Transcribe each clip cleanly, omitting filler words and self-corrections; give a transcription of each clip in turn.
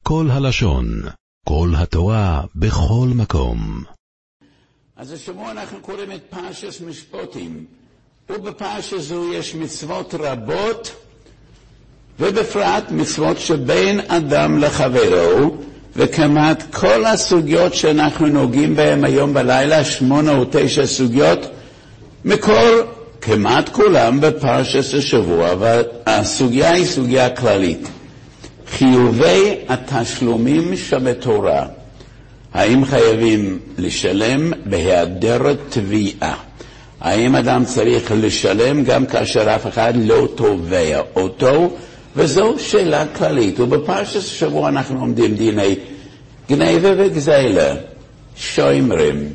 כל הלשון, כל התורה, בכל מקום. אז השבוע אנחנו קוראים את פרשת משפטים, ובפרשה זו יש מצוות רבות, ובפרט מצוות שבין אדם לחברו, וכמעט כל הסוגיות שאנחנו נוגעים בהן היום בלילה, 8 או 9 סוגיות, כמעט כולם בפרשת השבוע, והסוגיה היא סוגיה כללית. חיובי התשלומים שבתורה, האם חייבים לשלם בהיעדר תביעה? האם אדם צריך לשלם גם כאשר אף אחד לא תובע אותו? וזו שאלה כללית. ובפרשת השבוע אנחנו עומדים דיני גנבה וגזלה, שוימרים,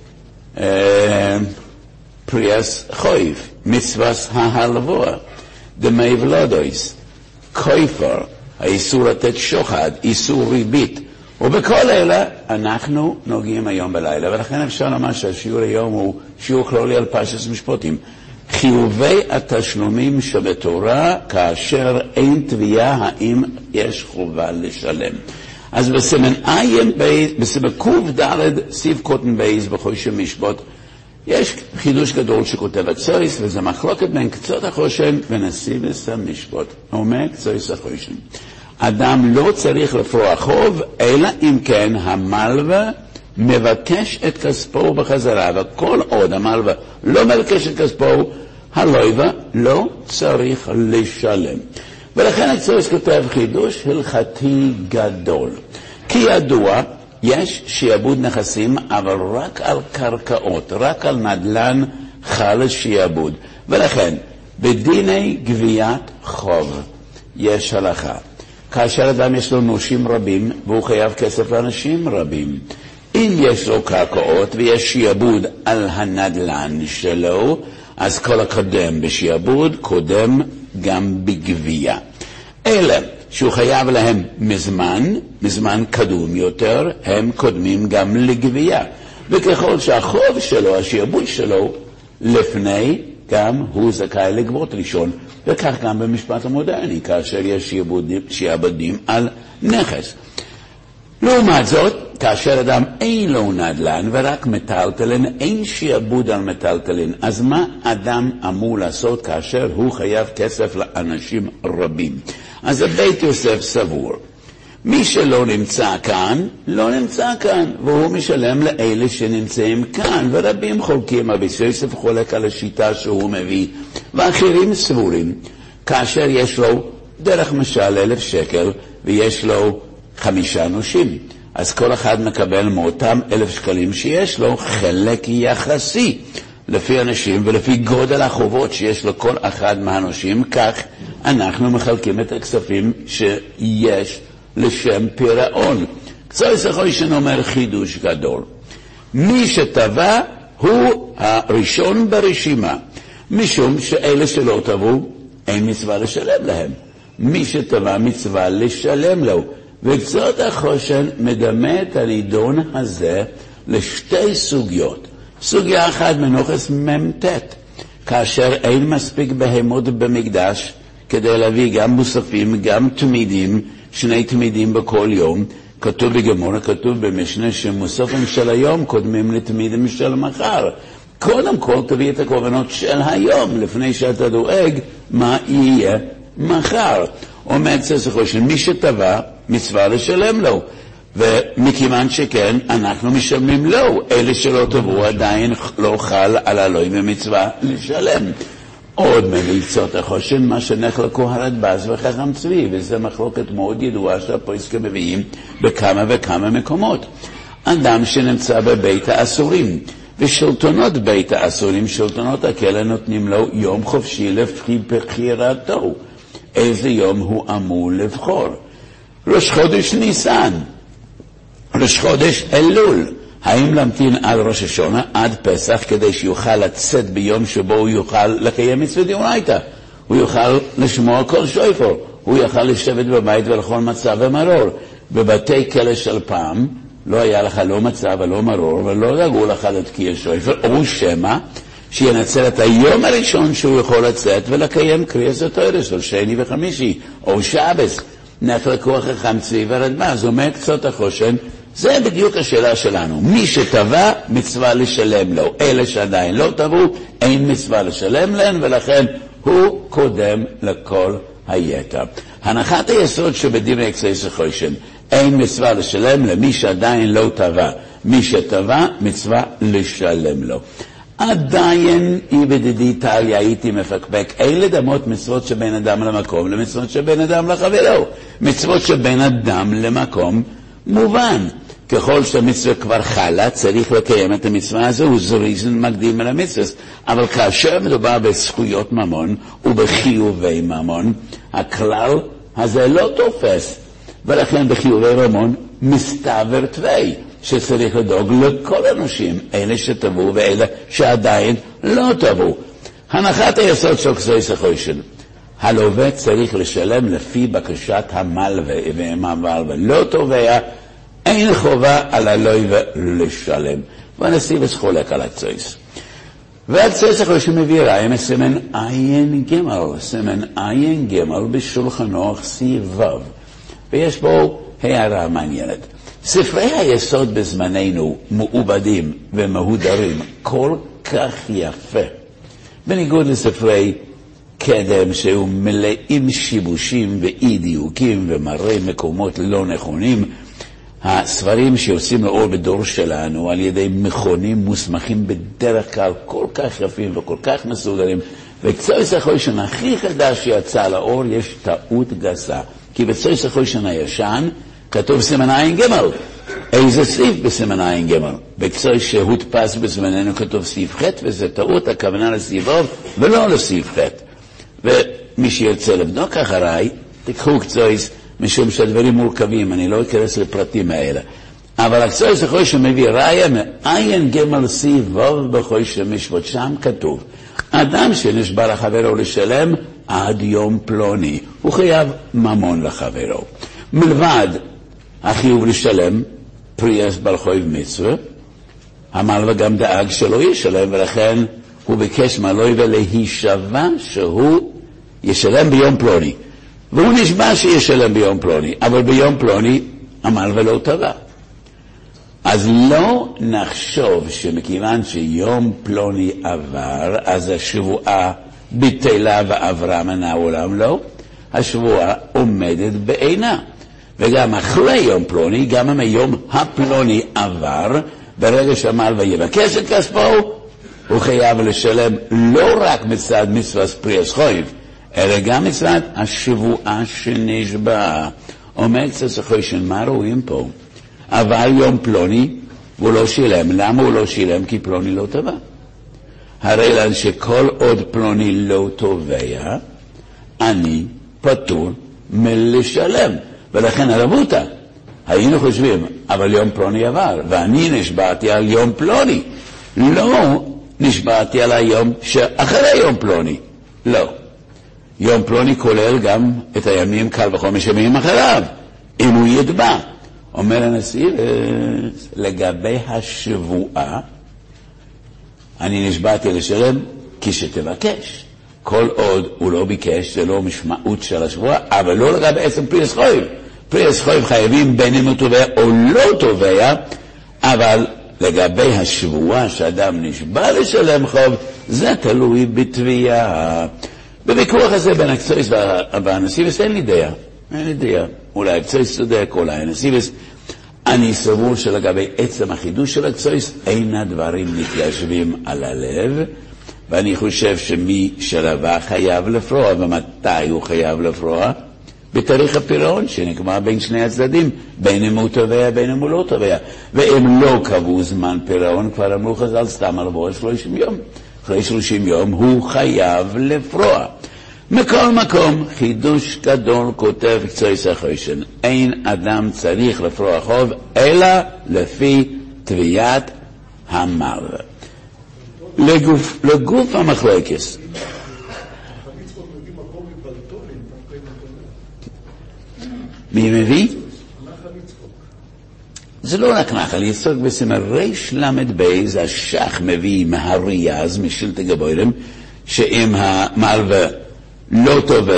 פריאס חויף, מצווס ההלווה, דמי ולודויס, כופר, האיסור לתת שוחד, איסור ריבית, ובכל אלה אנחנו נוגעים היום בלילה. ולכן אפשר לומר שהשיעור היום הוא שיעור כללי על פרשת משפטים. חיובי התשלומים שבתורה כאשר אין תביעה, האם יש חובה לשלם. אז בסימן עין בייס, בסימן קוב ד' סיב קוטן בייס בחושן משפט, יש חידוש גדול שכותב הצויס, וזה מחלוקת בין קצות החושן ונסיבס המשפט. אומר קצויס החושן, אדם לא צריך לפרוע חוב, אלא אם כן המלווה מבקש את כספו בחזרה, וכל עוד המלווה לא מבקש את כספו, הלווה לא צריך לשלם. ולכן הצויס כותב חידוש הלכתי גדול. כי ידוע, יש שיעבוד נכסים, אבל רק על קרקעות, רק על נדל"ן חל שיעבוד. ולכן, בדיני גביית חוב יש הלכה. כאשר אדם יש לו נושים רבים, והוא חייב כסף לאנשים רבים, אם יש לו קרקעות ויש שיעבוד על הנדל"ן שלו, אז כל הקודם בשיעבוד קודם גם בגבייה. אלא שהוא חייב להם מזמן קדום יותר, הם קודמים גם לגבייה. וככל שהחוב שלו, השיעבוד שלו, לפני, גם הוא זכאי לגבות ראשון. וכך גם במשפט המודרני, כאשר יש שיעבדים על נכס. לעומת זאת, כאשר אדם אין לו נדל"ן ורק מטלטלין, אין שיעבוד על מטלטלין, אז מה אדם אמור לעשות כאשר הוא חייב כסף לאנשים רבים? אז בית יוסף סבור, מי שלא נמצא כאן, לא נמצא כאן, והוא משלם לאלה שנמצאים כאן, ורבים חולקים, אבל יוסף חולק על השיטה שהוא מביא, ואחרים סבורים, כאשר יש לו דרך משל 1,000 שקל, ויש לו 5 נושים, אז כל אחד מקבל מאותם 1,000 שקלים שיש לו חלק יחסי, לפי אנשים ולפי גודל החובות שיש לו כל אחד מהנושים, כך אנחנו מחלקים את הכספים שיש לשם פירעון. קצויס החושן אומר חידוש גדול. מי שטבע הוא הראשון ברשימה, משום שאלה שלא טבעו אין מצווה לשלם להם. מי שטבע מצווה לשלם לו. וקצות החושן מדמה את הנידון הזה לשתי סוגיות. סוגיה אחת מנוחס ממתת, כאשר אין מספיק בהמות במקדש כדי להביא גם מוספים, גם תמידים, 2 תמידים בכל יום. כתוב בגמרא, כתוב במשנה שמוספים של היום קודמים לתמידים של מחר. קודם כל תביא את הקורבנות של היום, לפני שאתה דואג מה יהיה מחר. אומר קצות החושן, מי שטבע מצווה לשלם לו, ומכיוון שכן אנחנו משלמים לו. אלה שלא טבעו עדיין לא חל על אלוהים ומצווה לשלם. עוד מליצות החושן מה שנחלקו הרדב"ז וחכם צבי, וזה מחלוקת מאוד ידועה שהפוסקים מביאים בכמה וכמה מקומות. אדם שנמצא בבית האסורים, ושלטונות בית האסורים, שלטונות הכלא, נותנים לו יום חופשי לפי בחירתו. איזה יום הוא אמור לבחור? ראש חודש ניסן, ראש חודש אלול. האם להמתין עד ראש השונה, עד פסח, כדי שיוכל לצאת ביום שבו הוא יוכל לקיים מצוות דאורייתא? הוא יוכל לשמוע כל שופר, הוא יוכל לשבת בבית ולכל מצב ומרור. בבתי כלא של פעם לא היה לך לא מצב ולא מרור, ולא דאגו לך לתקיע שופר, או שמה שינצל את היום הראשון שהוא יכול לצאת ולקיים קריאת התורה של שני וחמישי, או שבס. נפל כוח חכם צבי ורדמה, אז אומר קצות החושן, זה בדיוק השאלה שלנו. מי שטבע, מצווה לשלם לו. אלה שעדיין לא טבעו, אין מצווה לשלם להם, ולכן הוא קודם לכל היתר. הנחת היסוד שבדברי קצות החושן, אין מצווה לשלם למי שעדיין לא טבע. מי שטבע, מצווה לשלם לו. עדיין, ידידי טליה, הייתי מפקפק, אלה דמות מצוות שבין אדם למקום, למצוות שבין אדם לחברו. מצוות שבין אדם למקום, מובן. ככל שהמצווה כבר חלה, צריך לקיים את המצווה הזו, זריזן מקדים על המצווה. אבל כאשר מדובר בזכויות ממון ובחיובי ממון, הכלל הזה לא תופס. ולכן בחיובי ממון מסתבר תווי, שצריך לדאוג לכל אנשים, אלה שטבעו ואלה שעדיין לא טבעו. הנחת היסוד של קצות החושן, הלווה צריך לשלם לפי בקשת המלווה, ואם המלווה לא תובע, אין חובה על הלווה לשלם. והנשיא חולק על הקצות. והקצות החושן מביא ראיה מסימן עין גמל, סימן עין גמל בשולחנו סיבב. ויש בו הערה מעניינת. ספרי היסוד בזמננו מעובדים ומהודרים כל כך יפה. בניגוד לספרי קדם שהיו מלאים שיבושים ואי דיוקים ומראה מקומות לא נכונים, הספרים שיוצאים לאור בדור שלנו על ידי מכונים מוסמכים בדרך כלל כל כך יפים וכל כך מסודרים, וקצות החושן הכי חדש שיצא לאור יש טעות גסה, כי בקצות החושן הישן כתוב סימן עין גמל. איזה סעיף בסימן עין גמל? בקצות שהודפס בזמננו כתוב סעיף ח', וזה טעות, הכוונה לסעיף אוב ולא לסעיף ח'. ומי שירצה לבדוק אחריי, תיקחו קצות, משום שהדברים מורכבים, אני לא אכנס לפרטים האלה. אבל הקצות החושן מביא ראיה מעין גמל סעיף אוב בחושן משפט, שם כתוב, אדם שנשבע לחברו לשלם עד יום פלוני, הוא חייב ממון לחברו. מלבד החיוב לשלם פריאס בר חויב מצווה, המלווה גם דאג שלא ישלם, ולכן הוא ביקש מהלווה להישבע שהוא ישלם ביום פלוני, והוא נשבע שישלם ביום פלוני, אבל ביום פלוני המלווה לא טבע. אז לא נחשוב שמכיוון שיום פלוני עבר, אז השבועה ביטלה ועברה מן העולם. לא, השבועה עומדת בעינה. וגם אחרי יום פלוני, גם אם היום הפלוני עבר, ברגע שהמלווה יבקש את כספו, הוא חייב לשלם לא רק מצד מצוות פריאס חויב, אלא גם מצד השבועה שנשבע. אומר קצות החושן, מה רואים פה? אבל יום פלוני הוא לא שילם. למה הוא לא שילם? כי פלוני לא טבע. הרי לנו שכל עוד פלוני לא תובע, אני פטור מלשלם. ולכן הרבותא, היינו חושבים, אבל יום פלוני עבר, ואני נשבעתי על יום פלוני. לא נשבעתי על היום שאחרי יום פלוני. לא. יום פלוני כולל גם את הימים קל וחומש ימים אחריו, אם הוא יתבע. אומר הנשיא, לגבי השבועה, אני נשבעתי לשלם כשתבקש. כל עוד הוא לא ביקש, זה לא משמעות של השבועה, אבל לא לגבי עצם פריאס חויב. פריאס חויב חייבים בין אם הוא תובע או לא תובע, אבל לגבי השבועה שאדם נשבע לשלם חוב, זה תלוי בתביעה. בוויכוח הזה בין הקצויס והנסיבס אין לי דעה. אין לי דעה. אולי הקצויס צודק, אולי הנסיבס. אני סבור שלגבי עצם החידוש של הקצויס, אין הדברים מתיישבים על הלב, ואני חושב שמי שלווה חייב לפרוע, ומתי הוא חייב לפרוע? בתאריך הפירעון שנקבע בין שני הצדדים, בין אם הוא תובע, בין אם הוא לא תובע. ואם לא קבעו זמן פירעון, כבר אמרו חז"ל סתם הלוואה 30 יום. אחרי 30 יום הוא חייב לפרוע. מכל מקום, חידוש גדול כותב קצות החושן, אין אדם צריך לפרוע חוב, אלא לפי תביעת המלווה. לגוף המחלוקת. מי מביא? זה לא רק נחל יצחק, בסימן ריש למד בייז, השח מביא מהריאז, משלטי גבוירם, שאם המלווה לא תובע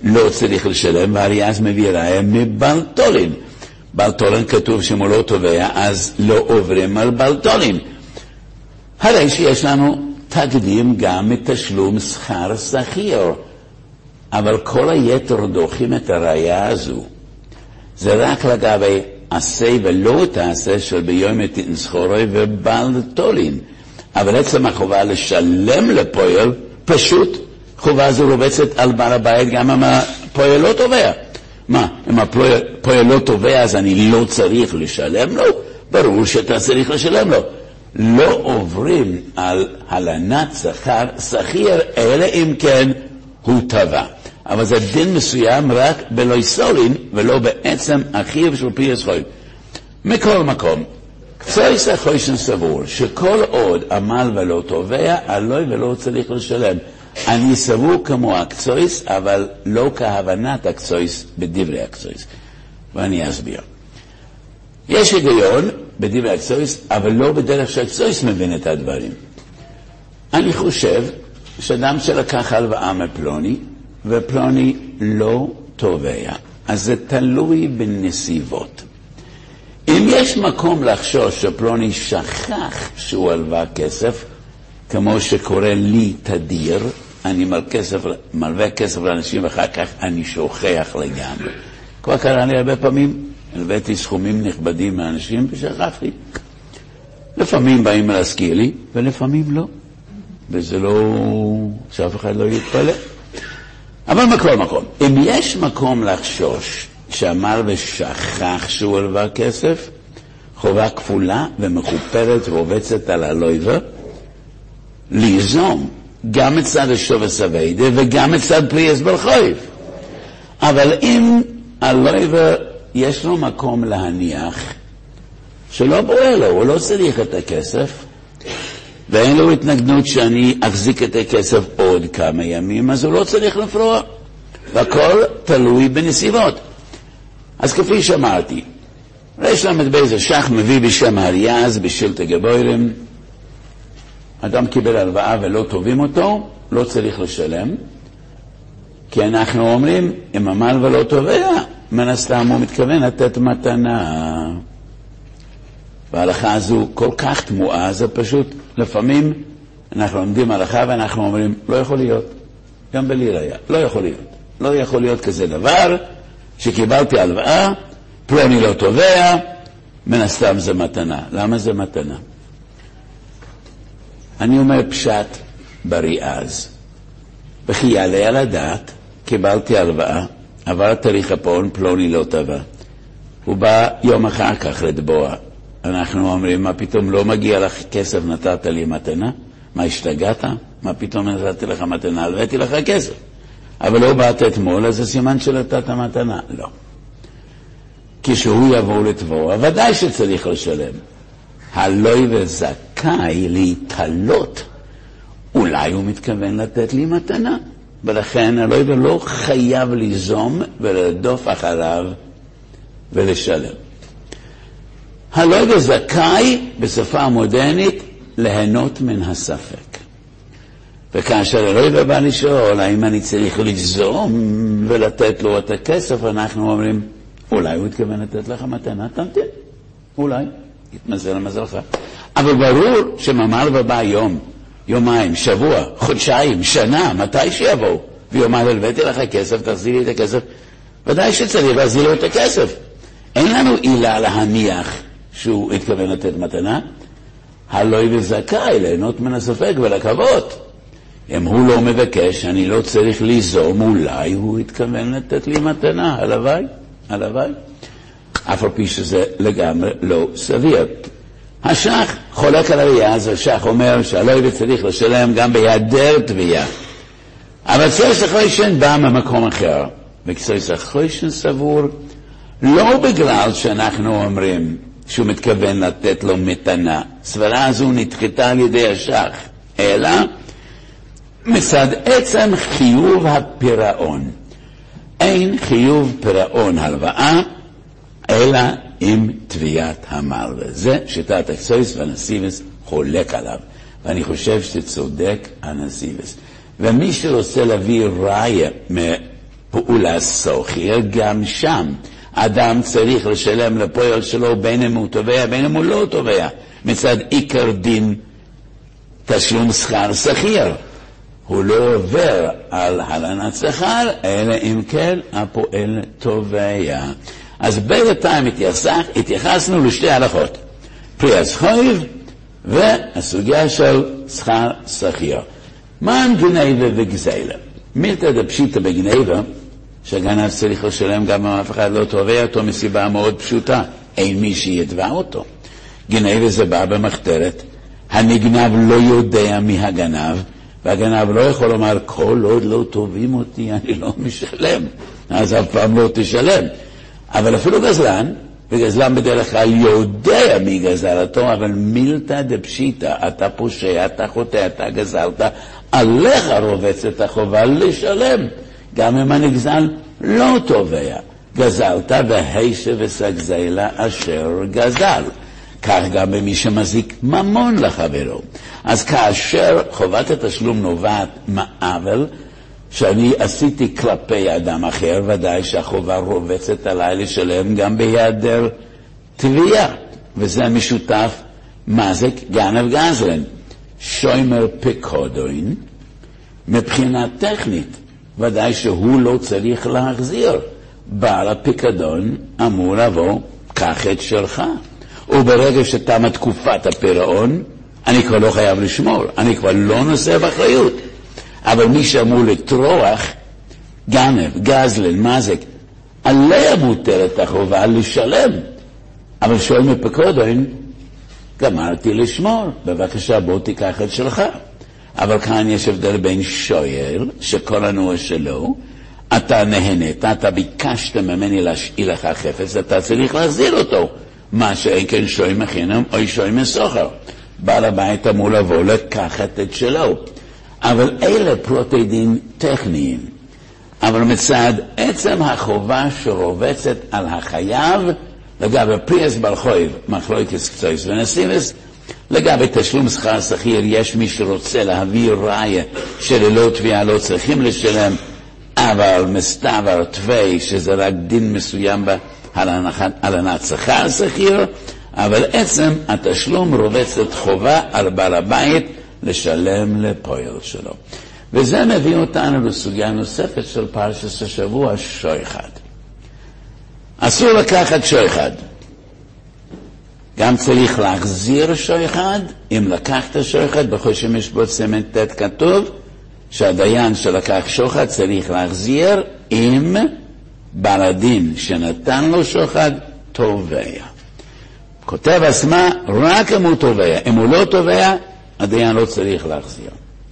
לא צריך לשלם, והריאז מביא ראיה מבלטולין. בלטולין כתוב שאם הוא לא תובע, אז לא עוברים על בלטולין. הרי שיש לנו תקדים גם מתשלום שכר שכיר, אבל כל היתר דוחים את הראיה הזו. זה רק לגבי עשה ולא תעשה של ביום מתן סחורי ובלטולין. אבל עצם החובה לשלם לפועל, פשוט חובה זו רובצת על בעל הבית גם אם הפועל לא תובע. מה, אם הפועל לא תובע אז אני לא צריך לשלם לו? ברור שאתה צריך לשלם לו. לא עוברים על הלנת שכר שכיר, אלא אם כן הוא תבע. אבל זה דין מסוים רק בלא סולין ולא בעצם אחיו של פי הסחורים. מכל מקום, קצויס החוישן סבור שכל עוד עמל ולא תובע, עלוי ולא צריך לשלם. אני סבור כמו הקצויס, אבל לא כהבנת הקצויס בדברי הקצויס. ואני אסביר. יש היגיון בדברי הקצויס, אבל לא בדרך שהקצויס מבין את הדברים. אני חושב שאדם שלקח הלוואה מפלוני, ופלוני לא תובע. אז זה תלוי בנסיבות. אם יש מקום לחשוש שפלוני שכח שהוא הלווה כסף, כמו שקורה לי תדיר, אני מלווה כסף לאנשים ואחר כך אני שוכח לגמרי. כבר קרה לי הרבה פעמים, הלוויתי סכומים נכבדים מאנשים ושכחתי. לפעמים באים להזכיר לי ולפעמים לא. וזה לא, שאף אחד לא יתפלא. אבל מכל מקום, אם יש מקום לחשוש שאמר ושכח שהוא הלווה כסף, חובה כפולה ומכופרת ועובצת על הלווה, ליזום גם מצד השובס הווידה וגם מצד פריאס בלחויב. אבל אם הלווה יש לו מקום להניח שלא בוער לו, הוא לא צריך את הכסף, ואין לו התנגדות שאני אחזיק את הכסף עוד כמה ימים, אז הוא לא צריך לפרוע. והכל תלוי בנסיבות. אז כפי שאמרתי, יש להם את באיזה שח מביא בשם הריאז בשלטי גבוירים, אדם קיבל הלוואה ולא טובים אותו, לא צריך לשלם, כי אנחנו אומרים, אם עמל ולא תובע, מן הסתם הוא מתכוון לתת מתנה. וההלכה הזו כל כך תמוהה, זה פשוט, לפעמים אנחנו לומדים הלכה ואנחנו אומרים, לא יכול להיות, גם בלי ראיה, לא יכול להיות. לא יכול להיות כזה דבר, שקיבלתי הלוואה, פלוני לא תובע, מן הסתם זה מתנה. למה זה מתנה? אני אומר פשט בריאז, וכי יעלה על הדעת, קיבלתי הלוואה, עבר תאריך הפעון, פלוני לא תבע. הוא בא יום אחר כך לתבוע. אנחנו אומרים, מה פתאום לא מגיע לך כסף, נתת לי מתנה? מה, השתגעת? מה פתאום נתתי לך מתנה? הלוויתי לך כסף. אבל לא באת אתמול, אז זה סימן שנתת מתנה. לא. כשהוא יבוא לתבוע, ודאי שצריך לשלם. הלוי וזכאי להתעלות. אולי הוא מתכוון לתת לי מתנה. ולכן הלוי ולא חייב ליזום ולרדוף אחריו ולשלם. הלוי וזכאי בשפה המודרנית ליהנות מן הספק. וכאשר הלוי בא לשאול האם אני צריך ליזום ולתת לו את הכסף, אנחנו אומרים, אולי הוא התכוון לתת לך מתנה, תמתין. אולי, יתמזל למזלך. אבל ברור שמאמר ובא יום, יומיים, שבוע, חודשיים, שנה, מתי שיבוא, ויאמר הלוויתי לך כסף, תחזיר לי את הכסף, ודאי שצריך להחזיר לו את הכסף. אין לנו עילה להניח שהוא התכוון לתת מתנה. הלוי וזכאי ליהנות מן הספק ולקוות. אם הוא לא מבקש, אני לא צריך ליזום, אולי הוא התכוון לתת לי מתנה, הלוואי. אף על פי שזה לגמרי לא סביר. השח חולק על הריאז, השח אומר שהלוי צריך לשלם גם בהיעדר תביעה. אבל קצויס החוישן בא ממקום אחר, וקצויס החוישן סבור לא בגלל שאנחנו אומרים שהוא מתכוון לתת לו מתנה. סברה הזו נדחתה על ידי השח, אלא מצד עצם חיוב הפירעון. אין חיוב פירעון הלוואה, אלא עם תביעת המלווה. זה שיטת הקצויס, והנסיבס חולק עליו. ואני חושב שצודק הנסיבס. ומי שרוצה להביא ראיה פעולה סוחר, גם שם אדם צריך לשלם לפועל שלו בין אם הוא תובע בין אם הוא לא תובע, מצד עיקר דין תשלום שכר שכיר. הוא לא עובר על הלנת שכר, אלא אם כן הפועל תובע. אז בינתיים התייחסנו לשתי הלכות, פריאס חויב והסוגיה של שכר שכיר. מה עם גנבה וגזלה? מילתא דפשיטא בגנבה, שהגנב צריך לשלם גם אם אף אחד לא תובע אותו מסיבה מאוד פשוטה, אין מי שיתבע אותו. גנבה זה בא במחתרת, הנגנב לא יודע מי הגנב, והגנב לא יכול לומר, כל עוד לא תובעים אותי אני לא משלם, אז אף פעם לא תשלם. אבל אפילו גזלן, וגזלן בדרך כלל יודע מי גזל אותו, אבל מילתא דפשיטא, אתה פושע, אתה חוטא, אתה גזלת, עליך רובצת החובה לשלם, גם אם הנגזל לא תובע. גזלת והישב וסגזלה אשר גזל. כך גם במי שמזיק ממון לחברו. אז כאשר חובת התשלום נובעת מעוול שאני עשיתי כלפי אדם אחר, ודאי שהחובה רובצת עליי לשלם גם בהיעדר תביעה, וזה משותף מזק גנב גזלן. שוימר פקודוין, מבחינה טכנית ודאי שהוא לא צריך להחזיר, בעל הפיקדון אמור לבוא, קח את שלך, וברגע שתמה תקופת הפירעון אני כבר לא חייב לשמור, אני כבר לא נושא באחריות. אבל מי שאמור לטרוח, גנב, גזלן, מזק, עליה מוטלת החובה לשלם. אבל שואל מפקודוין, גמרתי לשמור, בבקשה בוא תיקח את שלך. אבל כאן יש הבדל בין שואל, שכל הנוע שלו, אתה נהנית, אתה ביקשת ממני להשאיל לך חפץ, אתה צריך להחזיר אותו. מה שאין כן שואל מחינם או שואל מסוחר. בעל הבית אמור לבוא לקחת את שלו. אבל אלה פרוטי דין טכניים. אבל מצד עצם החובה שרובצת על החייב, לגבי פריאס בר חויב, מחלוקת קצויס ונסיבס, לגבי תשלום שכר שכיר, יש מי שרוצה להביא ראיה שללא תביעה לא צריכים לשלם, אבל מסתבר תווי שזה רק דין מסוים בהלנת שכר שכיר, אבל עצם התשלום רובצת חובה על בעל הבית לשלם לפועל שלו. וזה מביא אותנו לסוגיה נוספת של פרשת השבוע, שויחד. אסור לקחת שויחד. גם צריך להחזיר שויחד. אם לקחת שויחד, בכל שמשפט סימן ט' כתוב שהדיין שלקח שוחד צריך להחזיר אם בעל הדין שנתן לו שוחד תובע. כותב עצמה רק אם הוא תובע. אם הוא לא תובע, הדיין לא צריך להחזיר.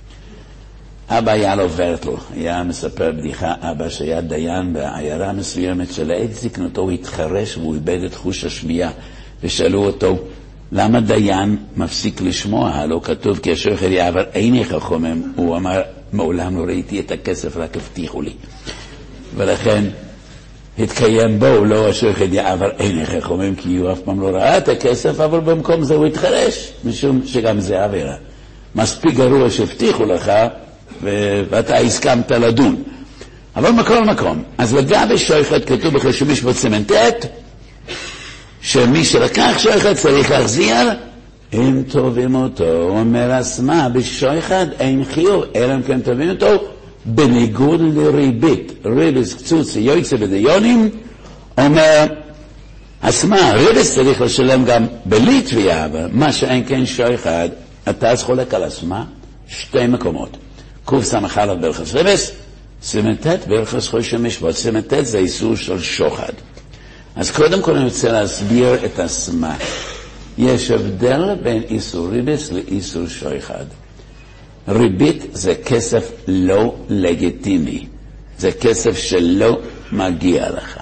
אבא היה לו ורטל, היה מספר בדיחה, אבא שהיה דיין בעיירה מסוימת שלעת זקנתו התחרש והוא איבד את חוש השמיעה, ושאלו אותו, למה דיין מפסיק לשמוע? הלא כתוב כי השוחד יעבר עיניך חומם. הוא אמר, מעולם לא ראיתי את הכסף, רק הבטיחו לי. ולכן התקיים בו, לא השוחד יעבר עיניך חומם, כי הוא אף פעם לא ראה את הכסף, אבל במקום זה הוא התחרש, משום שגם זה עבירה. מספיק גרוע שהבטיחו לך, ואתה הסכמת לדון. אבל מכל מקום, אז לגבי שויחד כתוב בכל שמשפט סימן ט' שמי שלקח שויחד צריך להחזיר אם תובעים אותו. אומר עצמה, בשויחד אין חיוב, אלא אם כן תובעים אותו בניגוד לריבית. ריבס קצוצי יויצה בדיונים, אומר עצמה, ריבס צריך לשלם גם בלי תביעה, מה שאין כן שויחד, אתה אז חולק על עצמה שתי מקומות. קוף סמך עליו בלחס רבס, סימן ט' בלחס חוש המשפט. סימן ט' זה איסור של שוחד. אז קודם כל אני רוצה להסביר את עצמה. יש הבדל בין איסור ריבס לאיסור שוחד. ריבית זה כסף לא לגיטימי. זה כסף שלא מגיע לך.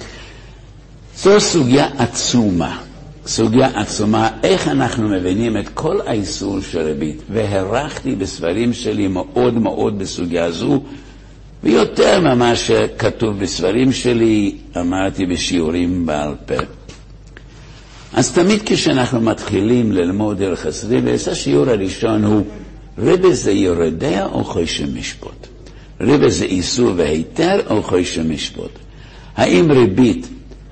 זו סוגיה עצומה. סוגיה עצומה, איך אנחנו מבינים את כל האיסור של ריבית, והרחתי בספרים שלי מאוד מאוד בסוגיה זו, ויותר ממה שכתוב בספרים שלי, אמרתי בשיעורים בעל פה. אז תמיד כשאנחנו מתחילים ללמוד הלכות ריבס, השיעור הראשון הוא, ריבס זה יורדיה או חושן משפט? ריבה זה איסור והיתר או חויש משפוט? האם ריבית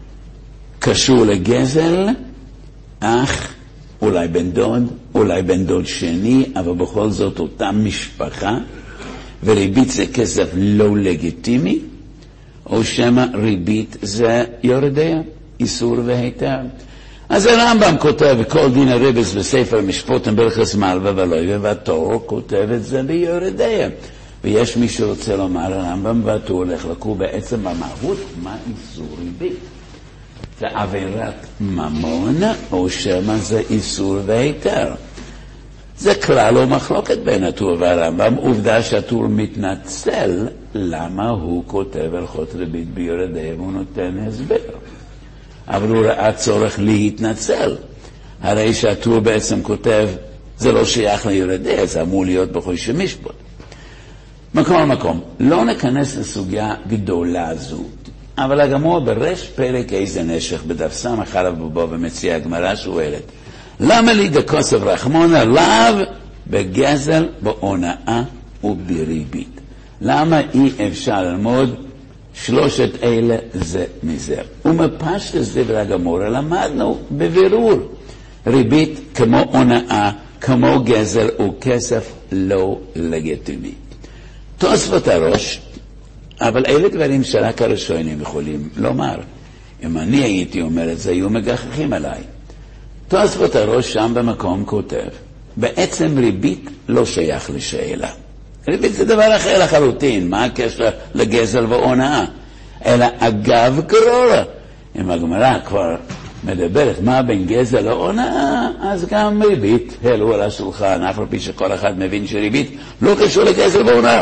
קשור לגזל, אח, אולי בן דוד, אולי בן דוד שני, אבל בכל זאת אותה משפחה, וריבית זה כסף לא לגיטימי, או שמה ריבית זה יורדיה, איסור והיתר. אז הרמב"ם כותב, כל דין הריבס בספר משפוטים ברכס מלווה ולויבה, והתור כותב את זה ביורדיה. ויש מי שרוצה לומר הרמב"ם, והתור הולך לקור בעצם במהות, מה איסור ריבית? זה עבירת ממון, או שמה זה איסור והיתר. זה כלל לא מחלוקת בין התור והרמב"ם, עובדה שהתור מתנצל למה הוא כותב הלכות ריבית ביורדיה, והוא נותן הסבר. אבל הוא ראה צורך להתנצל. הרי שהתור בעצם כותב, זה לא שייך ליורדיה, זה אמור להיות בחויש משפוט. מכל מקום, לא ניכנס לסוגיה גדולה זו, אבל הגמור ברש פרק איזה נשך בדף סמך עליו בבוא ומציע הגמרא שואלת, למה לי דקוסף רחמונה לאו בגזל, בהונאה ובריבית? למה אי אפשר ללמוד שלושת אלה זה מזה? ומפשט דברי הגמור למדנו בבירור, ריבית כמו הונאה, כמו גזל וכסף לא לגיטימי. תוספות הראש, אבל אלה דברים שרק הראשונים יכולים לומר. אם אני הייתי אומר את זה, היו מגחכים עליי. תוספות הראש שם במקום כותב, בעצם ריבית לא שייך לשאלה. ריבית זה דבר אחר לחלוטין, מה הקשר לגזל והונאה? אלא אגב גרורה. אם הגמרא כבר מדברת מה בין גזל להונאה, אז גם ריבית העלו על השולחן, אף על פי שכל אחד מבין שריבית לא קשור לגזל והונאה.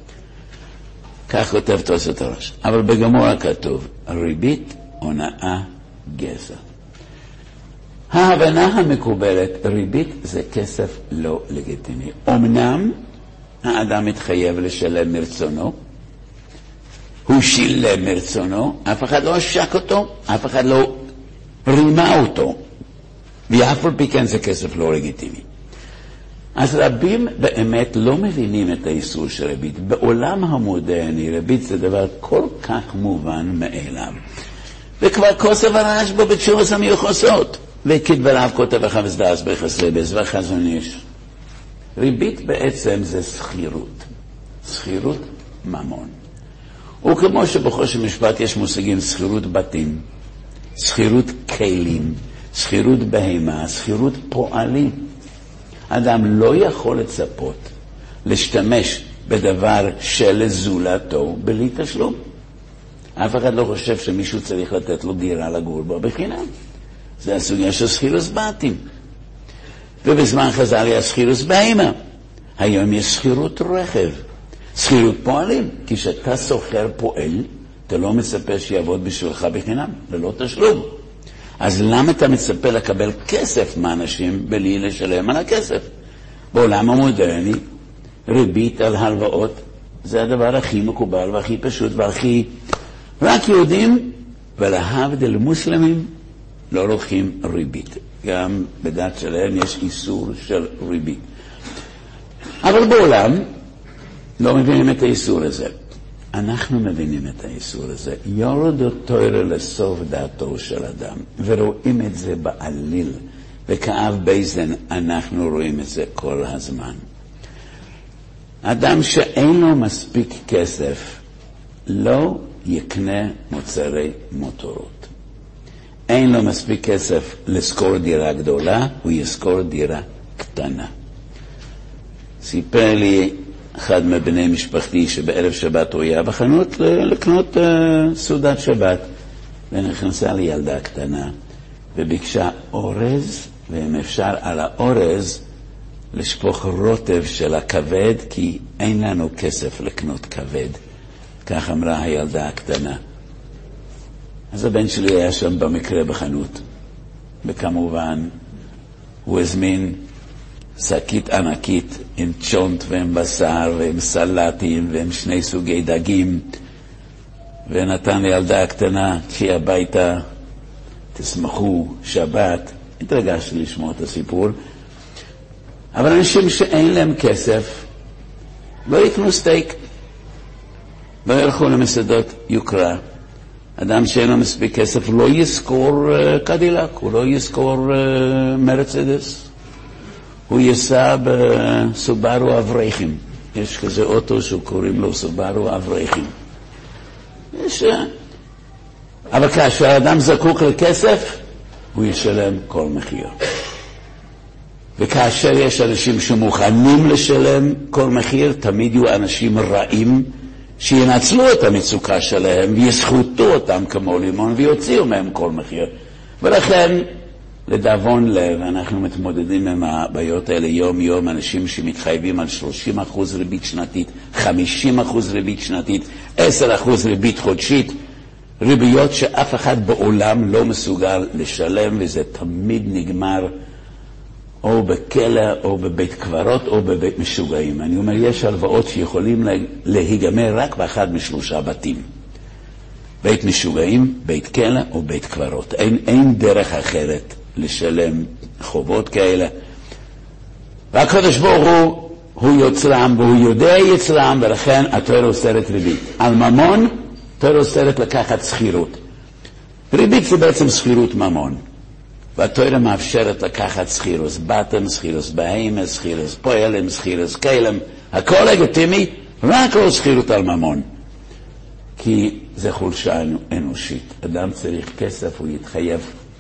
כך כותב תוספות הראש. אבל בגמור כתוב, ריבית, הונאה, גזל. ההבנה המקובלת, ריבית זה כסף לא לגיטימי. אמנם האדם מתחייב לשלם מרצונו, הוא שילם מרצונו, אף אחד לא עשק אותו, אף אחד לא רימה אותו, ואף על פי כן זה כסף לא לגיטימי. אז רבים באמת לא מבינים את האיסור של ריבית. בעולם המודרני ריבית זה דבר כל כך מובן מאליו. וכבר כוסף הרעש בו בתשובות המיוחסות. וכדבריו כותב החפץ דאס ביחס ריבס והחזון איש. ריבית בעצם זה סחירות. סחירות ממון. וכמו שבחוש המשפט יש מושגים סחירות בתים, סחירות כלים, סחירות בהמה, סחירות פועלים. אדם לא יכול לצפות להשתמש בדבר של זולתו בלי תשלום. אף אחד לא חושב שמישהו צריך לתת לו דירה לגור בו בחינם. זה הסוגיה של סחירוס בתים. ובזמן חז"ל היה סחירוס בהמה. היום יש סחירות רכב, סחירות פועלים. כי כשאתה סוחר פועל, אתה לא מצפה שיעבוד בשבילך בחינם, ללא תשלום. אז למה אתה מצפה לקבל כסף מאנשים בלי לשלם על הכסף? בעולם המודרני, ריבית על הלוואות זה הדבר הכי מקובל והכי פשוט והכי... רק יהודים ולהבדיל מוסלמים לא לוקחים ריבית. גם בדת שלהם יש איסור של ריבית. אבל בעולם לא מבינים את האיסור הזה. אנחנו מבינים את האיסור הזה. יורד התורה לסוף דעתו של אדם, ורואים את זה בעליל, וכאב בייזן אנחנו רואים את זה כל הזמן. אדם שאין לו מספיק כסף לא יקנה מוצרי מותרות. אין לו מספיק כסף לשכור דירה גדולה, הוא ישכור דירה קטנה. סיפר לי אחד מבני משפחתי שבערב שבת הוא היה בחנות לקנות סעודת שבת, ונכנסה לי ילדה קטנה וביקשה אורז, ואם אפשר על האורז לשפוך רוטב של הכבד, כי אין לנו כסף לקנות כבד. כך אמרה הילדה הקטנה. אז הבן שלי היה שם במקרה בחנות, וכמובן הוא הזמין שקית ענקית עם צ'ונט ועם בשר ועם סלטים ועם שני סוגי דגים, ונתן לילדה הקטנה, תחי הביתה, תשמחו, שבת. התרגשתי לשמוע את הסיפור. אבל אנשים שאין להם כסף לא יקנו סטייק, לא ילכו למסעדות יוקרה. אדם שאין לו מספיק כסף לא יזכור קדילק, הוא לא יזכור מרצדס, הוא ייסע בסובארו אברכים. יש כזה אוטו שקוראים לו סובארו אברכים. אבל כאשר האדם זקוק לכסף, הוא ישלם כל מחיר. וכאשר יש אנשים שמוכנים לשלם כל מחיר, תמיד יהיו אנשים רעים שינצלו את המצוקה שלהם ויסחוטו אותם כמו לימון ויוציאו מהם כל מחיר. ולכן, לדאבון לב, אנחנו מתמודדים עם הבעיות האלה יום יום, אנשים שמתחייבים על 30% ריבית שנתית, 50% ריבית שנתית, 10% ריבית חודשית, ריביות שאף אחד בעולם לא מסוגל לשלם, וזה תמיד נגמר או בכלא או בבית קברות או בבית משוגעים. אני אומר, יש הלוואות שיכולים להיגמר רק באחד משלושה בתים. בית משוגעים, בית כלא או בית קברות. אין דרך אחרת לשלם חובות כאלה. והקדוש ברוך הוא יוצרם והוא יודע יצרם, ולכן התורה אוסרת ריבית. על ממון התורה אוסרת לקחת שכירות. ריבית זה בעצם שכירות ממון. והתורה מאפשרת לקחת שכירוס, בטם שכירוס, בהימה שכירוס, פועלם שכירוס, כלם, הכל לגיטימי, רק לא שכירות על ממון. כי זה חולשה אנושית. אדם צריך כסף, הוא יתחייב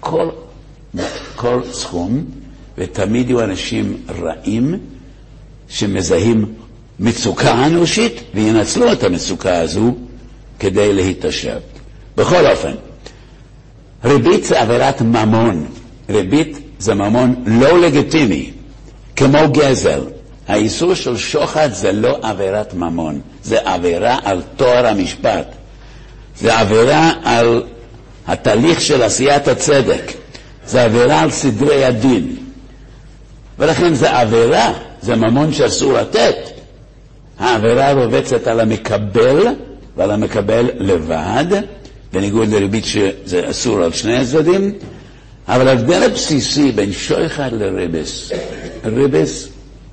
כל סכום, ותמיד יהיו אנשים רעים שמזהים מצוקה אנושית, וינצלו את המצוקה הזו כדי להתעשר. בכל אופן, ריבית זה עבירת ממון. ריבית זה ממון לא לגיטימי, כמו גזל. האיסור של שוחד זה לא עבירת ממון, זה עבירה על תואר המשפט. זה עבירה על התהליך של עשיית הצדק. זה עבירה על סדרי הדין. ולכן זה עבירה, זה ממון שאסור לתת. העבירה רובצת על המקבל ועל המקבל לבד, בניגוד לריבית שזה אסור על שני הצדדים. אבל ההבדל הבסיסי בין שוחד לריבס, ריבס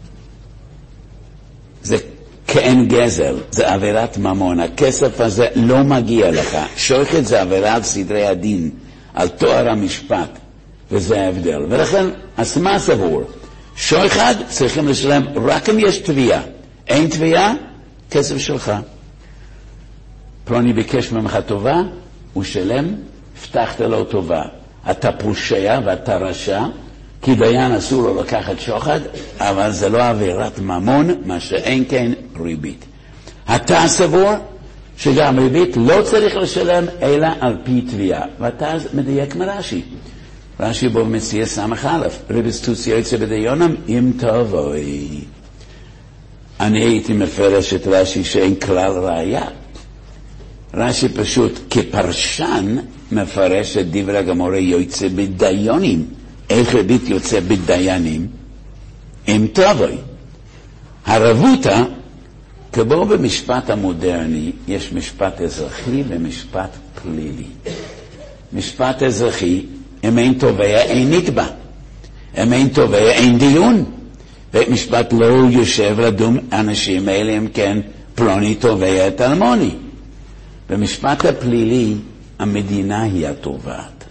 זה כאין גזל, זה עבירת ממון. הכסף הזה לא מגיע לך. שוחד זה עבירה על סדרי הדין, על תואר המשפט, וזה ההבדל. ולכן, אז מה סבור? שוחד צריכים לשלם רק אם יש תביעה. אין תביעה, כסף שלך. פלוני ביקש ממך טובה, הוא שלם, הבטחת לו טובה. אתה פושע ואתה רשע, כי דיין אסור לו לקחת שוחד, אבל זה לא עבירת ממון, מה שאין כן ריבית. אתה סבור שגם ריבית לא צריך לשלם, אלא על פי תביעה. ואתה מדייק מרש"י. רש"י בו מציע סמך א', ריבס תוציא יוצא בדיונם, אם תבואי. אני הייתי מפרש את רש"י שאין כלל ראיה. רש"י פשוט כפרשן מפרש את דברי הגמרא יוצא בדיונים. איך ריבית יוצא בדיינים? אם תבואי. הרבותא, כמו במשפט המודרני, יש משפט אזרחי ומשפט פלילי. משפט אזרחי, אם אין תובע אין נתבע. אם אין תובע אין דיון. בית משפט לא יושב לדון אנשים האלה, אם כן פלוני תובע את אלמוני. במשפט הפלילי המדינה היא התובעת.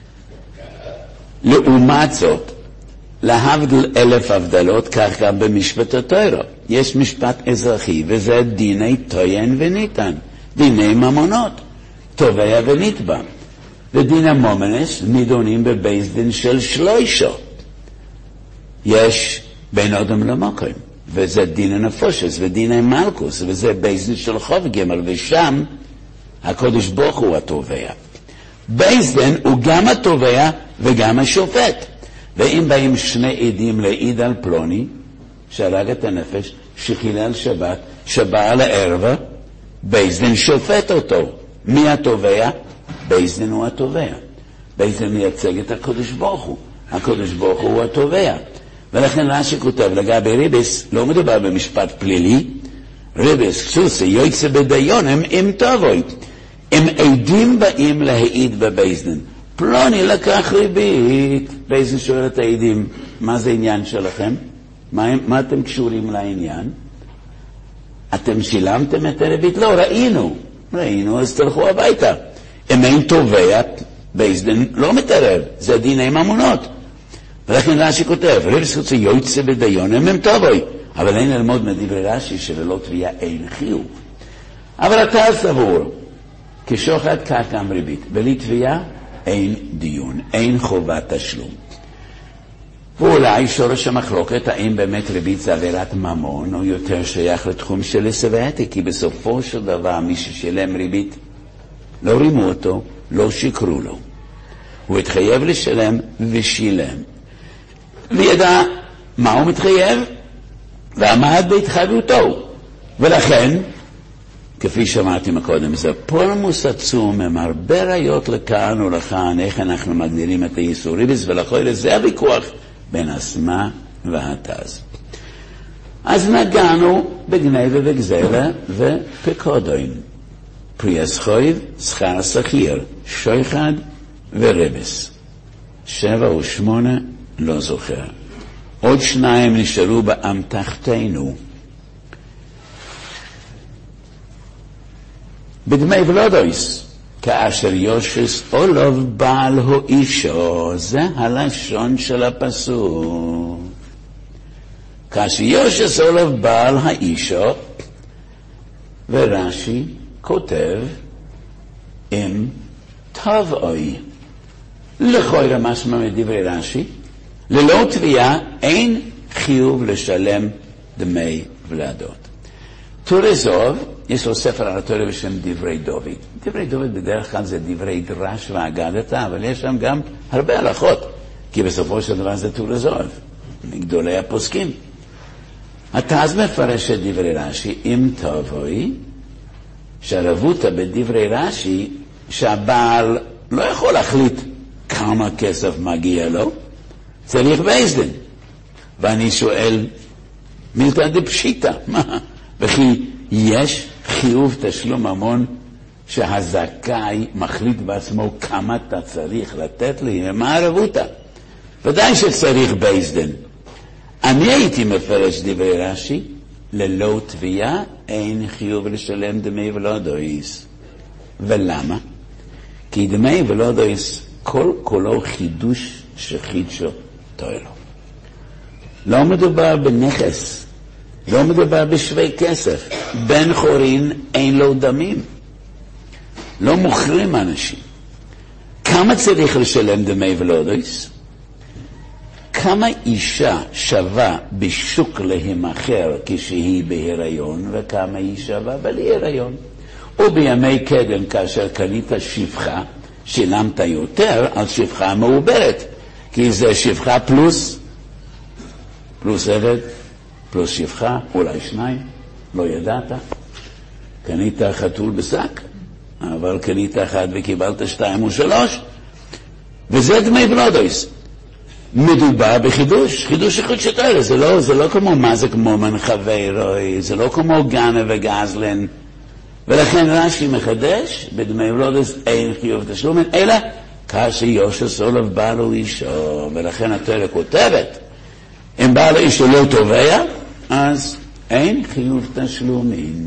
לעומת זאת, להבדיל אלף הבדלות, כך גם במשפט התורה. יש משפט אזרחי, וזה דיני טוען וניתן, דיני ממונות, תובע ונתבע. ודין המומנס נידונים בבית דין של שלושה. יש בין אדם למקום, וזה דין הנפושס ודין המלכוס, וזה בית דין של חוב גמל, ושם הקדוש ברוך הוא התובע. בית דין הוא גם התובע וגם השופט. ואם באים שני עדים לעיד על פלוני, שהרג את הנפש, שחילל שבת, שבא לערב, בית דין שופט אותו. מי התובע? בית דין הוא התובע. בית דין מייצג את הקדוש ברוך הוא. הקדוש ברוך הוא התובע. ולכן רש"י כותב לגבי ריבס, לא מדובר במשפט פלילי, ריבס סוסי יוצא בדיונם אם תבואי. הם עדים באים להעיד בבית דין. פלוני לקח ריבית. בית דין שואל את העדים, מה זה עניין שלכם? מה אתם קשורים לעניין? אתם שילמתם את הריבית? לא, ראינו, אז תלכו הביתה. אם אין תובע, בית דין לא מתערב, זה דיני ממונות. ולכן רש"י כותב, רבסקוצה יוצא בדיון, הם טובוי. אבל אין ללמוד מדברי רש"י שללא תביעה אין חיוב. אבל אתה סבור, כשוחד כך גם ריבית. בלי תביעה אין דיון, אין חובת תשלום. ואולי שורש המחלוקת, האם באמת ריבית זה עבירת ממון, או יותר שייך לתחום של סבעתי, כי בסופו של דבר מי ששילם ריבית, לא רימו אותו, לא שיקרו לו. הוא התחייב לשלם ושילם. וידע מה הוא מתחייב, ועמד בהתחייבותו. ולכן, כפי שאמרתי מקודם, זה פולמוס עצום, עם הרבה ראיות לכאן ולכאן, איך אנחנו מגדירים את האיסור ריבית, ולכל זה הוויכוח בין אסמה והתז. אז נגענו בגניבה ובגזלה ופקודוין. פריאס חויב, שכר שכיר, שויחד ורבס. 7 ו 8 לא זוכר. עוד 2 נשארו באמתחתנו. בדמי ולודויס, כאשר יושס אולוב בעל הו אישו, זה הלשון של הפסוק. כאשר יושס אולוב בעל האישו, ורש"י כותב, אם טוב אוי. לכוי משמע מדברי רש"י, ללא תביעה אין חיוב לשלם דמי ולדות. תורי זוב, יש לו ספר על התורה בשם דברי דוד. דברי דוד בדרך כלל זה דברי דרש ואגדתא, אבל יש שם גם הרבה הלכות, כי בסופו של דבר זה תורי זוב, מגדולי הפוסקים. התז מפרש את דברי רש"י, אם תבואי, שהרבותא בדברי רש"י, שהבעל לא יכול להחליט כמה כסף מגיע לו, צריך בית דין. ואני שואל, מילתא דפשיטא, מה? וכי יש חיוב תשלום ממון שהזכאי מחליט בעצמו כמה אתה צריך לתת לי? מה הרבותא? ודאי שצריך בית דין. אני הייתי מפרש דברי רש"י, ללא תביעה אין חיוב לשלם דמי ולודויס. ולמה? כי דמי ולודויס כל כולו חידוש שחידשו תוילו. לא מדובר בנכס, לא מדובר בשווה כסף. בן חורין אין לו דמים. לא מוכרים אנשים. כמה צריך לשלם דמי ולודויס? כמה אישה שווה בשוק להימחר כשהיא בהיריון, וכמה היא שווה בלי הריון. ובימי קדם כאשר קנית שפחה, שילמת יותר על שפחה מעוברת, כי זה שפחה פלוס עבד, פלוס שפחה, אולי 2, לא ידעת. קנית חתול בשק, אבל קנית 1 וקיבלת 2 או 3, וזה דמי ולודויס. מדובר בחידוש, חידוש שחידשו תוילו. זה לא כמו מה זה כמו מנחווי, זה לא כמו גנה וגזלן. ולכן רש"י מחדש, בדמי ולודויס אין חיוב תשלום, אלא כאשר יושס אולוב בעל הו אישו. ולכן התורה כותבת, אם בעל האישו לא תובע, אז אין חיוב תשלומים.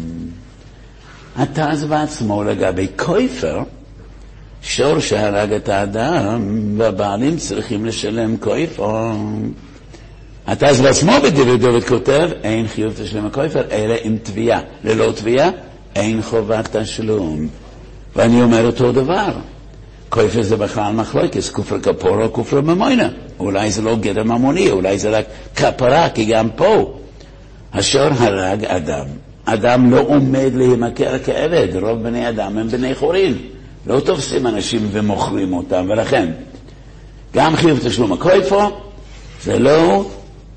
התז בעצמו לגבי כופר, שור שהרג את האדם, והבעלים צריכים לשלם כופר. התז בעצמו בדברי דוד כותב, אין חיוב תשלום הכופר, אלא עם תביעה. ללא תביעה, אין חובת תשלום. ואני אומר אותו דבר. כופר זה בכלל מחלוקת, כופר כפורה או כופר ממוינה. אולי זה לא גדר ממוני, אולי זה רק כפרה, כי גם פה. השור הרג אדם. אדם לא עומד להימכר כעבד. רוב בני אדם הם בני חורין. לא תופסים אנשים ומוכרים אותם, ולכן גם חיוב תשלום הכופר זה לא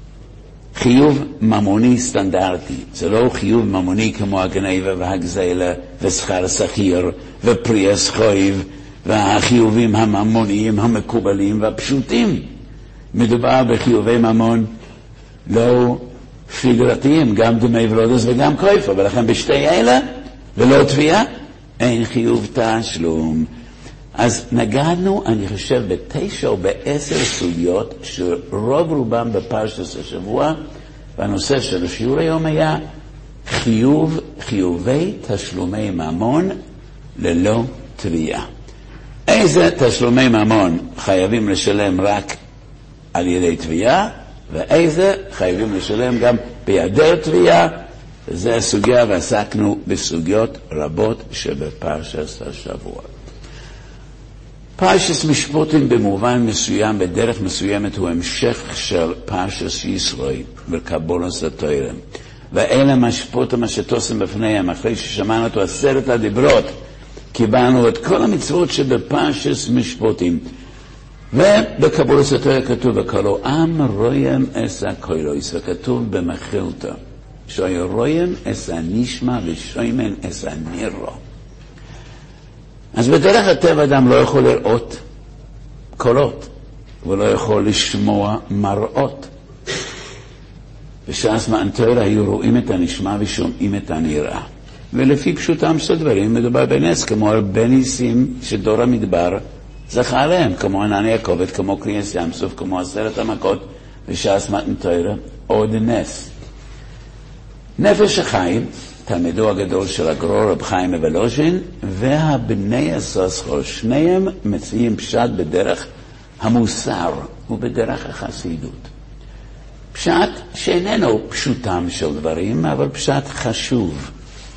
חיוב ממוני סטנדרטי, זה לא חיוב ממוני כמו הגניבה והגזלה ושכר שכיר ופריאס חויב והחיובים הממוניים המקובלים והפשוטים. מדובר בחיובי ממון לא פיגרתיים, גם דמי ולודויס וגם כופר, ולכן בשתי אלה ללא תביעה אין חיוב תשלום. אז נגענו, אני חושב, ב9 או ב10 סוגיות שרוב רובם בפרשת השבוע, והנושא של השיעור היום היה חיובי תשלומי ממון ללא תביעה. איזה תשלומי ממון חייבים לשלם רק על ידי תביעה, ואיזה חייבים לשלם גם בהיעדר תביעה. וזה הסוגיה, ועסקנו בסוגיות רבות שבפרשת השבוע. פרשת משפטים במובן מסוים, בדרך מסוימת, הוא המשך של פרשת ישראל וקבולת התורה. ואלה משפטים אשר תושם בפניהם, אחרי ששמענו את 10 הדיברות, קיבלנו את כל המצוות שבפרשת משפטים. ובקבולת התורה כתוב, וכלו עם רואים אסא קוילויס, וכתוב במחילתא, שהיה רואים אסא נשמע ושוימן אסא נראה. אז בדרך הטבע אדם לא יכול לראות קולות, ולא יכול לשמוע מראות. בשעס מתן היו רואים את הנשמע ושומעים את הנראה. ולפי פשוטם של דברים מדובר בנס, כמו הרבה ניסים שדור המדבר זכה עליהם, כמו ענני הכובד, כמו קריאס ים סוף, כמו 10 המכות, בשעס מתן עוד נס. נפש החיים, תלמידו הגדול של הגרור רב חיים מוולוז'ין, והבני הסוסחור, שניהם מציעים פשט בדרך המוסר ובדרך החסידות. פשט שאיננו פשוטם של דברים, אבל פשט חשוב.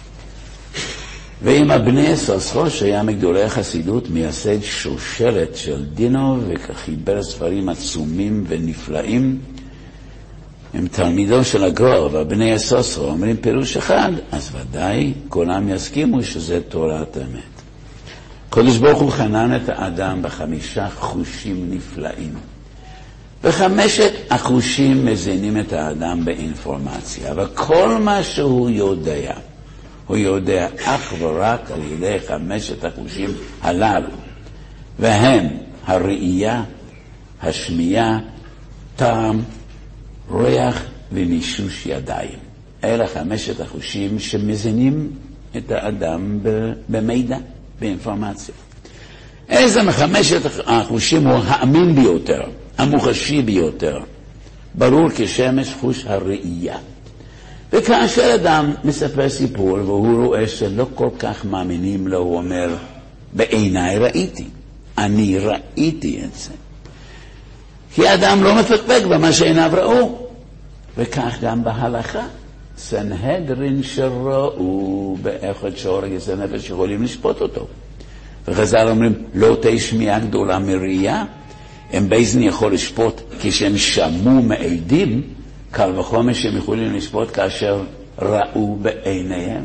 ועם הבני הסוסחור, שהיה מגדולי החסידות, מייסד שושלת של דינו, וחיבר ספרים עצומים ונפלאים, עם תלמידו של הגרור והבני הסוסחור אומרים פירוש אחד, אז ודאי כולם יסכימו שזה תורת אמת. קדוש ברוך הוא חנן את האדם ב5 חושים נפלאים. ו5 החושים מזינים את האדם באינפורמציה, אבל כל מה שהוא יודע, הוא יודע אך ורק על ידי 5 החושים הללו, והם הראייה, השמיעה, טעם, ריח ומישוש ידיים. אלה 5 החושים שמזינים את האדם במידע, באינפורמציה. איזה מ5 החושים הוא האמין ביותר, המוחשי ביותר? ברור כשמש חוש הראייה. וכאשר אדם מספר סיפור והוא רואה שלא כל כך מאמינים לו, הוא אומר, בעיניי ראיתי, אני ראיתי את זה. כי אדם לא מפקפק במה שעיניו ראו. וכך גם בהלכה. סנהדרין שראו באחד שהורג את הנפש יכולים לשפוט אותו. וחז"ל אומרים, לא תשמיעה גדולה מראייה. הם בייזן יכול לשפוט כשהם שמעו מעדים, קל וחומר שהם יכולים לשפוט כאשר ראו בעיניהם.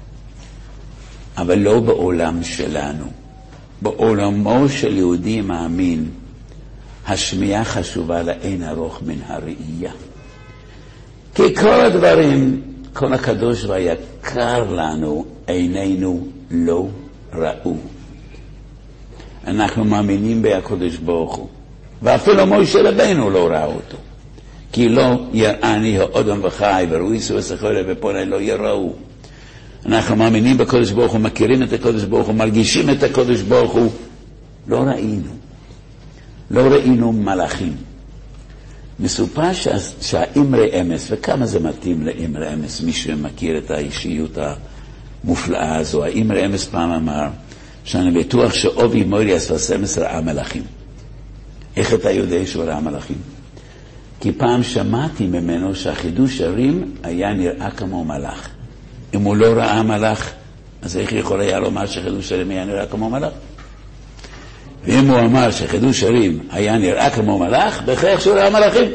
אבל לא בעולם שלנו. בעולמו של יהודי מאמין, השמיעה חשובה לאין ארוך מן הראייה. כי כל הדברים, כל הקדוש והיקר לנו, עינינו לא ראו. אנחנו מאמינים בהקדוש ברוך הוא. ואפילו משה רבנו לא ראה אותו. כי לא יראני האדם וחי ורויסו וסחולה ופונה לא יראו. אנחנו מאמינים בקדוש ברוך הוא, מכירים את הקדוש ברוך הוא, מרגישים את הקדוש ברוך הוא. לא ראינו. לא ראינו מלאכים. מסופר שהאמרי אמס, וכמה זה מתאים לאמרי אמס, מי שמכיר את האישיות המופלאה הזו, האמרי אמס פעם אמר, שאני בטוח שאובי מוריאס וסמס ראה מלאכים. איך אתה יודע שהוא ראה מלאכים? כי פעם שמעתי ממנו שהחידוש הרים היה נראה כמו מלאך. אם הוא לא ראה מלאך, אז איך יכול היה לומר שחידוש הרים היה נראה כמו מלאך? ואם הוא אמר שחידוש הרים היה נראה כמו מלאך, בכך שהוא ראה מלאכים.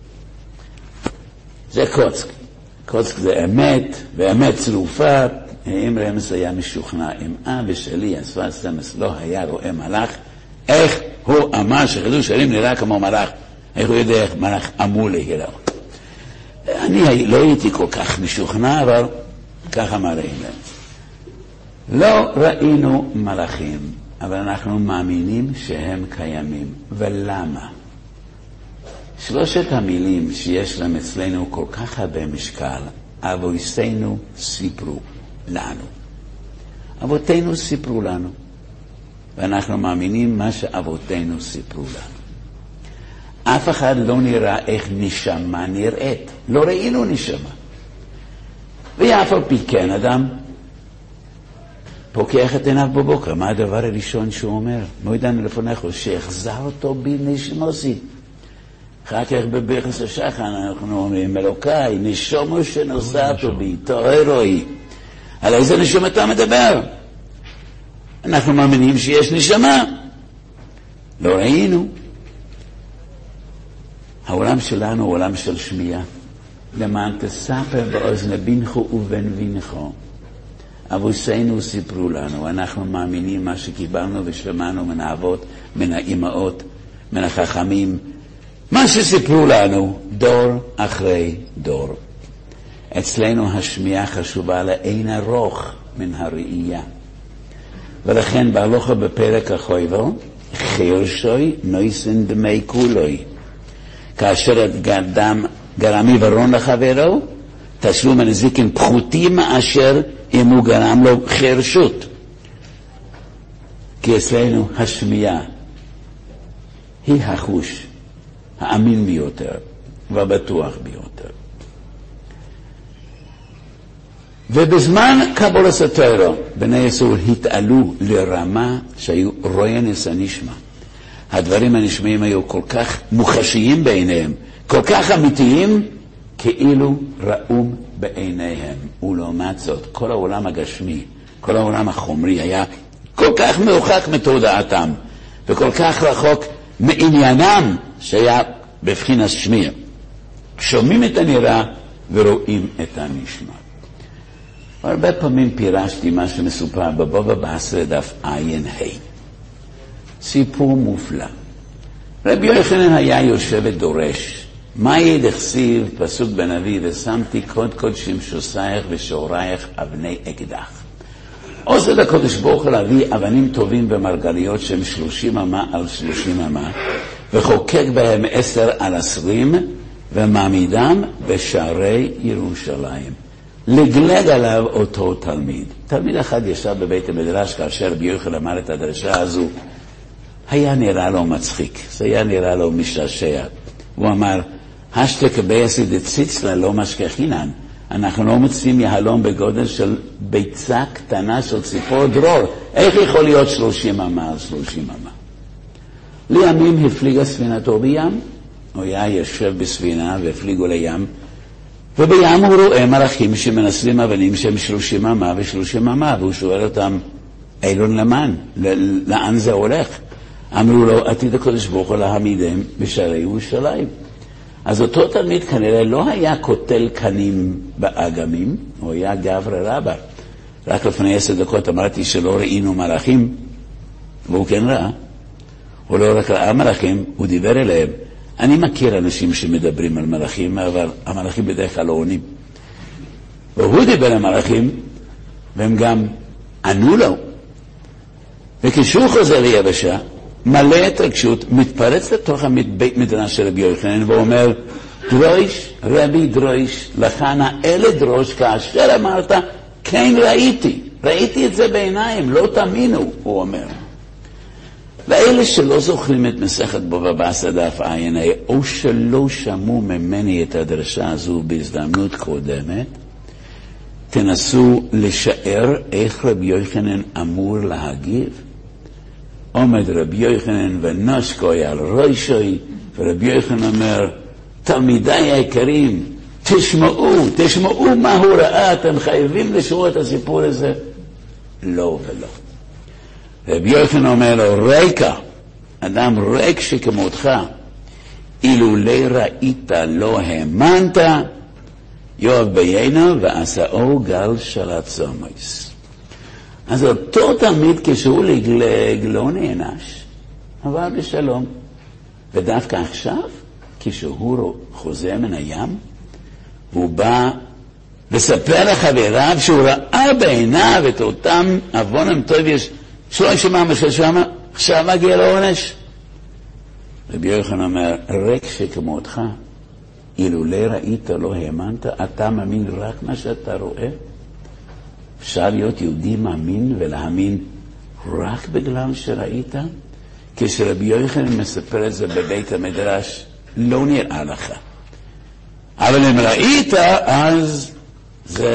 זה קוצק. קוצק זה אמת, ואמת צרופה. אם רמס היה משוכנע, אם אבא שלי, הספר סמס, לא היה רואה מלאך, איך הוא אמר שחידוש הרים נראה כמו מלאך? איך הוא יודע איך מלאך אמור להיראות? אני לא הייתי כל כך משוכנע, אבל ככה מראים להם. לא ראינו מלאכים, אבל אנחנו מאמינים שהם קיימים. ולמה? 3 המילים שיש להם אצלנו כל כך הרבה משקל, אבותינו סיפרו לנו. אבותינו סיפרו לנו. ואנחנו מאמינים מה שאבותינו סיפרו לנו. אף אחד לא נראה איך נשמה נראית. לא ראינו נשמה. ואף על פי כן אדם פוקח את עיניו בבוקר. מה הדבר הראשון שהוא אומר? מוידן לפניך, שהחזר אותו בי נשמוסי. אחר כך בברכת השחר אנחנו אומרים, אלוקיי, נשומו שנוסעת בי, תארוי. על איזה נשום אתה מדבר? אנחנו מאמינים שיש נשמה. לא ראינו. העולם שלנו הוא עולם של שמיעה. למען תספר באוזן בינך ובן בינך. אבותינו סיפרו לנו, אנחנו מאמינים מה שקיבלנו ושמענו מן האבות, מן האימהות, מן החכמים, מה שסיפרו לנו דור אחרי דור. אצלנו השמיעה חשובה לאין ארוך מן הראייה. ולכן בהלכה בפרק החויבל, חירשוי נויסן דמי כולוי. כאשר אדם גרם עיוורון לחברו, תשלום הנזיקין פחותים מאשר אם הוא גרם לו חירשות. כי אצלנו השמיעה היא החוש האמין ביותר והבטוח ביותר. ובזמן קבלת התורה בני ישראל התעלו לרמה שהיו רוינס הנשמע. הדברים הנשמעים היו כל כך מוחשיים בעיניהם, כל כך אמיתיים, כאילו ראום בעיניהם. ולעומת זאת, כל העולם הגשמי, כל העולם החומרי היה כל כך מרוחק מתודעתם, וכל כך רחוק מעניינם שהיה בבחינת שמיע. שומעים את הנראה ורואים את הנשמע. הרבה פעמים פירשתי מה שמסופר בבבא בסרה דף עין ה'. סיפור מופלא. רבי יוחנן היה יושב ודורש. מה ידכסיב פסוק בנביא, ושמתי קוד קודשים שוסייך ושורייך אבני אקדח. עושה לקודש ברוך הוא להביא אבנים טובים ומרגליות שהם 30 אמה על 30 אמה, וחוקק בהם 10 על 20, ומעמידם בשערי ירושלים. לגלג עליו אותו תלמיד. תלמיד אחד ישב בבית המדרש כאשר רבי יוחנן אמר את הדרשה הזו. היה נראה לו מצחיק, זה היה נראה לו משעשע. הוא אמר, השתק בייסי דציצלה לא משכחינן. אנחנו לא מוצאים יהלום בגודל של ביצה קטנה של ציפור דרור. איך יכול להיות 30 אמה על 30 אמה? לימים הפליגה ספינתו בים. הוא היה יושב בספינה והפליגו לים. ובים הוא רואה מלאכים שמנסים אבנים שהם 30 אמה ו30 אמה. והוא שואל אותם, אילון למן, לאן זה הולך? אמרו לו, עתיד הקודש ברוך הוא להעמידם בשערי ירושלים. אז אותו תלמיד כנראה לא היה קוטל קנים באגמים, הוא היה גברא רבא. רק לפני 10 דקות אמרתי שלא ראינו מלאכים, והוא כן ראה. הוא לא רק ראה מלאכים, הוא דיבר אליהם. אני מכיר אנשים שמדברים על מלאכים, אבל המלאכים בדרך כלל לא עונים. והוא דיבר על מלאכים, והם גם ענו לו. וכשהוא חוזר ליבשה, מלא התרגשות, מתפרץ לתוך בית מדרש של רבי יוחנן ואומר, דרוש, רבי דרוש, לך נאה לדרוש כאשר אמרת, כן ראיתי את זה בעיניים, לא תאמינו, הוא אומר. ואלה שלא זוכרים את מסכת בבא בסרה דף עין ה', או שלא שמעו ממני את הדרשה הזו בהזדמנות קודמת, תנסו לשער איך רבי יוחנן אמור להגיב. עומד רבי יוחנן ונשקוי על ראשוי, ורבי יוחנן אומר, תלמידי היקרים, תשמעו מה הוא ראה, אתם חייבים לשמוע את הסיפור הזה. לא ולא. רבי יוחנן אומר לו, ריקה, אדם ריק שכמותך, אילולא ראית לא האמנת, יואב ביינו ועשאו גל של הצומס. אז אותו תמיד כשהוא לגלג לא נענש, אבל בשלום. ודווקא עכשיו, כשהוא חוזר מן הים, הוא בא לספר לחבריו שהוא ראה בעיניו את אותם אבונם טוביש, שלא ישמע משל שמה, עכשיו מגיע לעונש. רבי יוחנן אומר, ריק שכמותך, אילולא ראית לא האמנת, אתה מאמין רק מה שאתה רואה? אפשר להיות יהודי מאמין ולהאמין רק בגלל שראית? כשרבי יוחנן מספר את זה בבית המדרש, לא נראה לך. אבל אם ראית, אז זה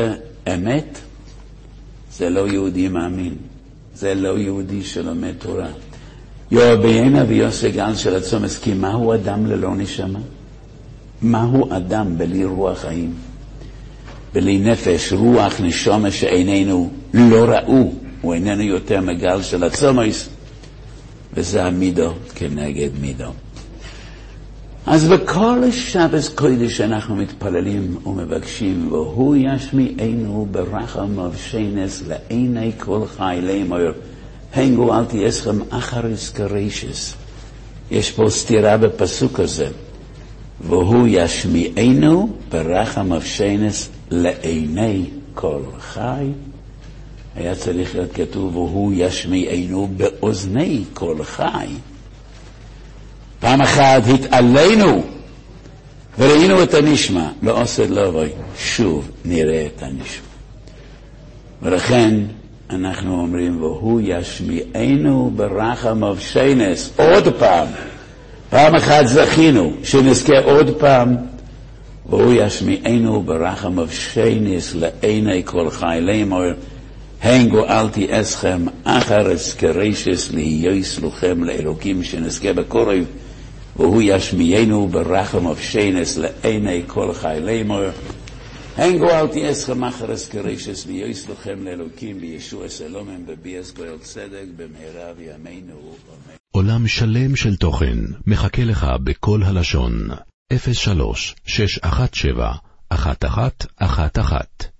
אמת, זה לא יהודי מאמין. זה לא יהודי שלומד תורה. יואביינה ויוסי גל של הצומס, כי מהו אדם ללא נשמה? מהו אדם בלי רוח חיים? בלי נפש, רוח, נשמה שאיננו לא ראו, הוא איננו יותר מגל של הצומס, וזה המידו כנגד מידו. אז בכל שבת קודש אנחנו מתפללים ומבקשים, והוא ישמיענו ברחם ובשנס לעיני כל חי לאמור, הנגו אל תיאסכם אחריס כרישס. יש פה סתירה בפסוק הזה. והוא ישמיענו ברחם ובשנס לעיני כל חי. היה צריך להיות כתוב, והוא ישמיענו באוזני כל חי. פעם אחת התעלינו וראינו את הנשמע, לא עושה לבוי, שוב נראה את הנשמע. ולכן אנחנו אומרים, והוא ישמיענו ברחם ובשנס, עוד פעם. פעם אחת זכינו שנזכה עוד פעם, והוא ישמיענו ברחם ובשנס לעיני כל חי לאמור, הנגו אל תיאסכם אחרס כרישס להיוס לכם לאלוקים שנזכה בקורב, והוא ישמיענו ברחם ובשנס לעיני כל חי לאמור, הנגו אל תיאסכם אחרס כרישס להיוס לכם לאלוקים בישוע שלומם בביאס גואל צדק במהרה בימינו אמן. עולם שלם של תוכן מחכה לך בכל הלשון. 03-617-1111